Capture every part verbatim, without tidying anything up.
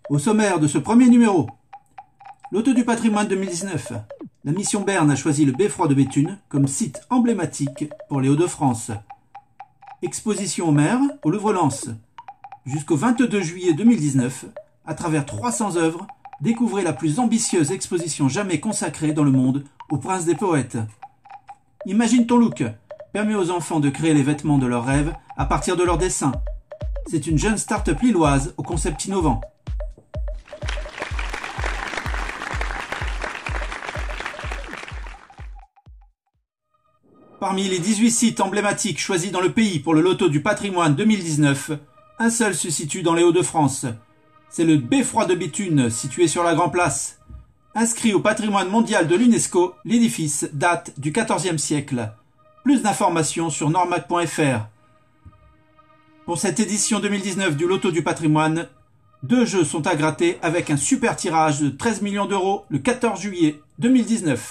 Au sommaire de ce premier numéro, Loto du patrimoine deux mille dix-neuf. La mission Berne a choisi le Beffroi de Béthune comme site emblématique pour les Hauts-de-France. Exposition au maire au Louvre-Lens. Jusqu'au vingt-deux juillet deux mille dix-neuf, à travers trois cents œuvres, découvrez la plus ambitieuse exposition jamais consacrée dans le monde au prince des poètes. Imagine ton look permet aux enfants de créer les vêtements de leurs rêves à partir de leurs dessins. C'est une jeune start-up lilloise au concept innovant. Parmi les dix-huit sites emblématiques choisis dans le pays pour le Loto du patrimoine deux mille dix-neuf, un seul se situe dans les Hauts-de-France. C'est le Beffroi de Béthune, situé sur la Grand Place. Inscrit au patrimoine mondial de l'UNESCO, l'édifice date du quatorzième siècle. Plus d'informations sur normac point f r. Pour cette édition deux mille dix-neuf du Loto du patrimoine, deux jeux sont à gratter avec un super tirage de treize millions d'euros le quatorze juillet deux mille dix-neuf.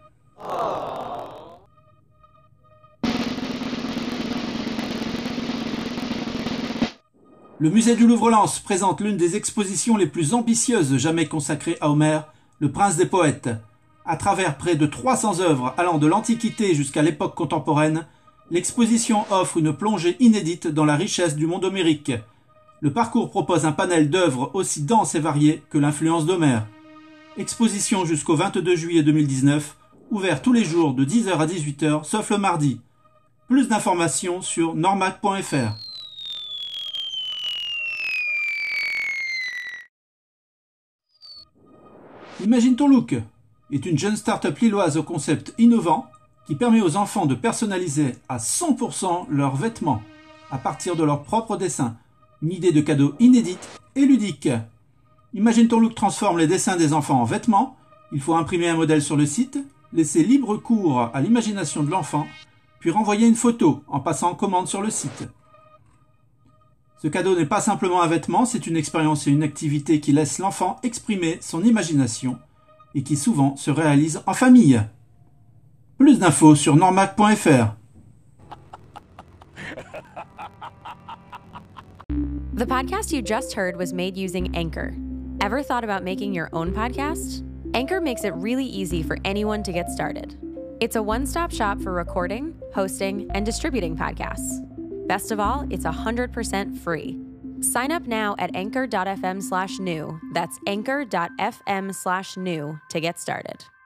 Le musée du Louvre-Lens présente l'une des expositions les plus ambitieuses jamais consacrées à Homère, le prince des poètes. À travers près de trois cents œuvres allant de l'Antiquité jusqu'à l'époque contemporaine, l'exposition offre une plongée inédite dans la richesse du monde homérique. Le parcours propose un panel d'œuvres aussi dense et varié que l'influence d'Homère. Exposition jusqu'au vingt-deux juillet deux mille dix-neuf, ouvert tous les jours de dix heures à dix-huit heures, sauf le mardi. Plus d'informations sur normac point f r. Imagine ton look est une jeune start-up lilloise au concept innovant qui permet aux enfants de personnaliser à cent pour cent leurs vêtements à partir de leurs propres dessins. Une idée de cadeau inédite et ludique. Imagine ton look transforme les dessins des enfants en vêtements. Il faut imprimer un modèle sur le site, laisser libre cours à l'imagination de l'enfant, puis renvoyer une photo en passant en commande sur le site. Ce cadeau n'est pas simplement un vêtement, c'est une expérience et une activité qui laisse l'enfant exprimer son imagination et qui souvent se réalise en famille. Plus d'infos sur normac point f r. The podcast you just heard was made using Anchor. Ever thought about making your own podcast? Anchor makes it really easy for anyone to get started. It's a one-stop shop for recording, hosting, and distributing podcasts. Best of all, it's one hundred percent free. Sign up now at anchor dot f m slash new. That's anchor dot f m slash new to get started.